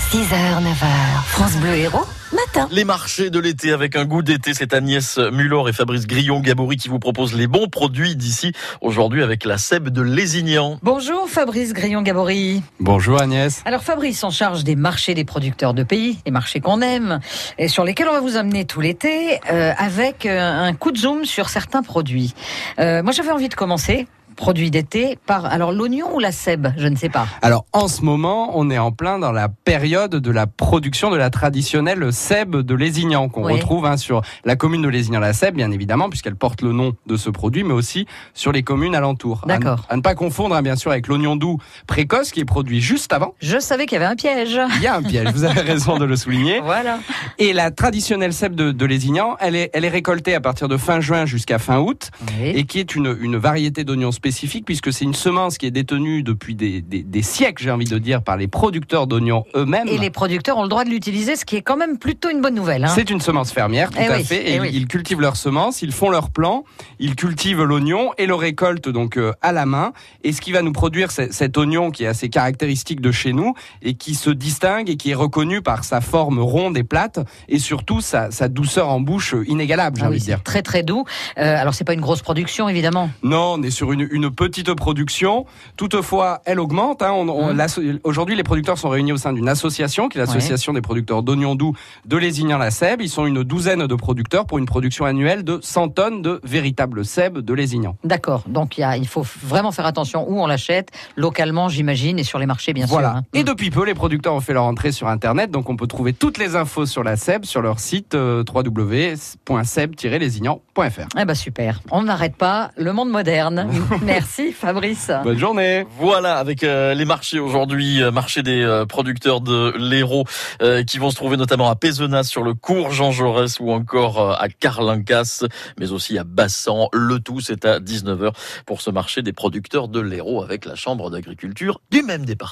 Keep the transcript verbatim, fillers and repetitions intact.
six heures, neuf heures, France Bleu Héros, matin. Les marchés de l'été avec un goût d'été, c'est Agnès Muller et Fabrice Grillon-Gabory qui vous proposent les bons produits d'ici. Aujourd'hui avec la Seb de Lézignan. Bonjour Fabrice Grillon-Gabory. Bonjour Agnès. Alors Fabrice, en charge des marchés des producteurs de pays, les marchés qu'on aime, et sur lesquels on va vous amener tout l'été, euh, avec euh, un coup de zoom sur certains produits. Euh, moi j'avais envie de commencer. Produit d'été par, alors l'oignon ou la sèbe, je ne sais pas. Alors en ce moment, on est en plein dans la période de la production de la traditionnelle sèbe de Lézignan qu'on oui. retrouve hein, sur la commune de Lézignan-la-Sèbe, bien évidemment, puisqu'elle porte le nom de ce produit, mais aussi sur les communes alentours. D'accord. À, à ne pas confondre, hein, bien sûr, avec l'oignon doux précoce qui est produit juste avant. Je savais qu'il y avait un piège. Il y a un piège, vous avez raison de le souligner. Voilà. Et la traditionnelle sèbe de, de Lézignan, elle est, elle est récoltée à partir de fin juin jusqu'à fin août, oui. et qui est une, une variété d'oignons spécifique, puisque c'est une semence qui est détenue depuis des, des, des siècles, j'ai envie de dire, par les producteurs d'oignons eux-mêmes. Et les producteurs ont le droit de l'utiliser, ce qui est quand même plutôt une bonne nouvelle. Hein. C'est une semence fermière, tout eh à oui, fait. Et et oui. ils cultivent leurs semences, ils font leurs plants, ils cultivent l'oignon et le récoltent donc euh, à la main. Et ce qui va nous produire c'est, cet oignon qui est assez caractéristique de chez nous et qui se distingue et qui est reconnu par sa forme ronde et plate et surtout sa, sa douceur en bouche inégalable, j'ai ah envie oui, de dire. Très très doux. Euh, alors c'est pas une grosse production évidemment. Non, on est sur une, une petite production. Toutefois, elle augmente. Hein. On, on, mmh. Aujourd'hui, les producteurs sont réunis au sein d'une association, qui est l'association ouais. des producteurs d'oignons doux de Lézignan-la-Sèbe. Ils sont une douzaine de producteurs pour une production annuelle de cent tonnes de véritables sèbes de Lézignan. D'accord. Donc, il, y a, il faut vraiment faire attention où on l'achète, localement, j'imagine, et sur les marchés, bien voilà. sûr. Hein. Et mmh. depuis peu, les producteurs ont fait leur entrée sur Internet. Donc, on peut trouver toutes les infos sur la sèbe sur leur site euh, w w w point seb tiret lézignan point f r. Eh ben, super. On n'arrête pas le monde moderne. Merci, Fabrice. Bonne journée. Voilà, avec euh, les marchés aujourd'hui, euh, marché des euh, producteurs de l'Hérault euh, qui vont se trouver notamment à Pézenas sur le cours Jean Jaurès ou encore euh, à Carlincas, mais aussi à Bassan. Le tout, c'est à dix-neuf heures pour ce marché des producteurs de l'Hérault avec la Chambre d'agriculture du même département.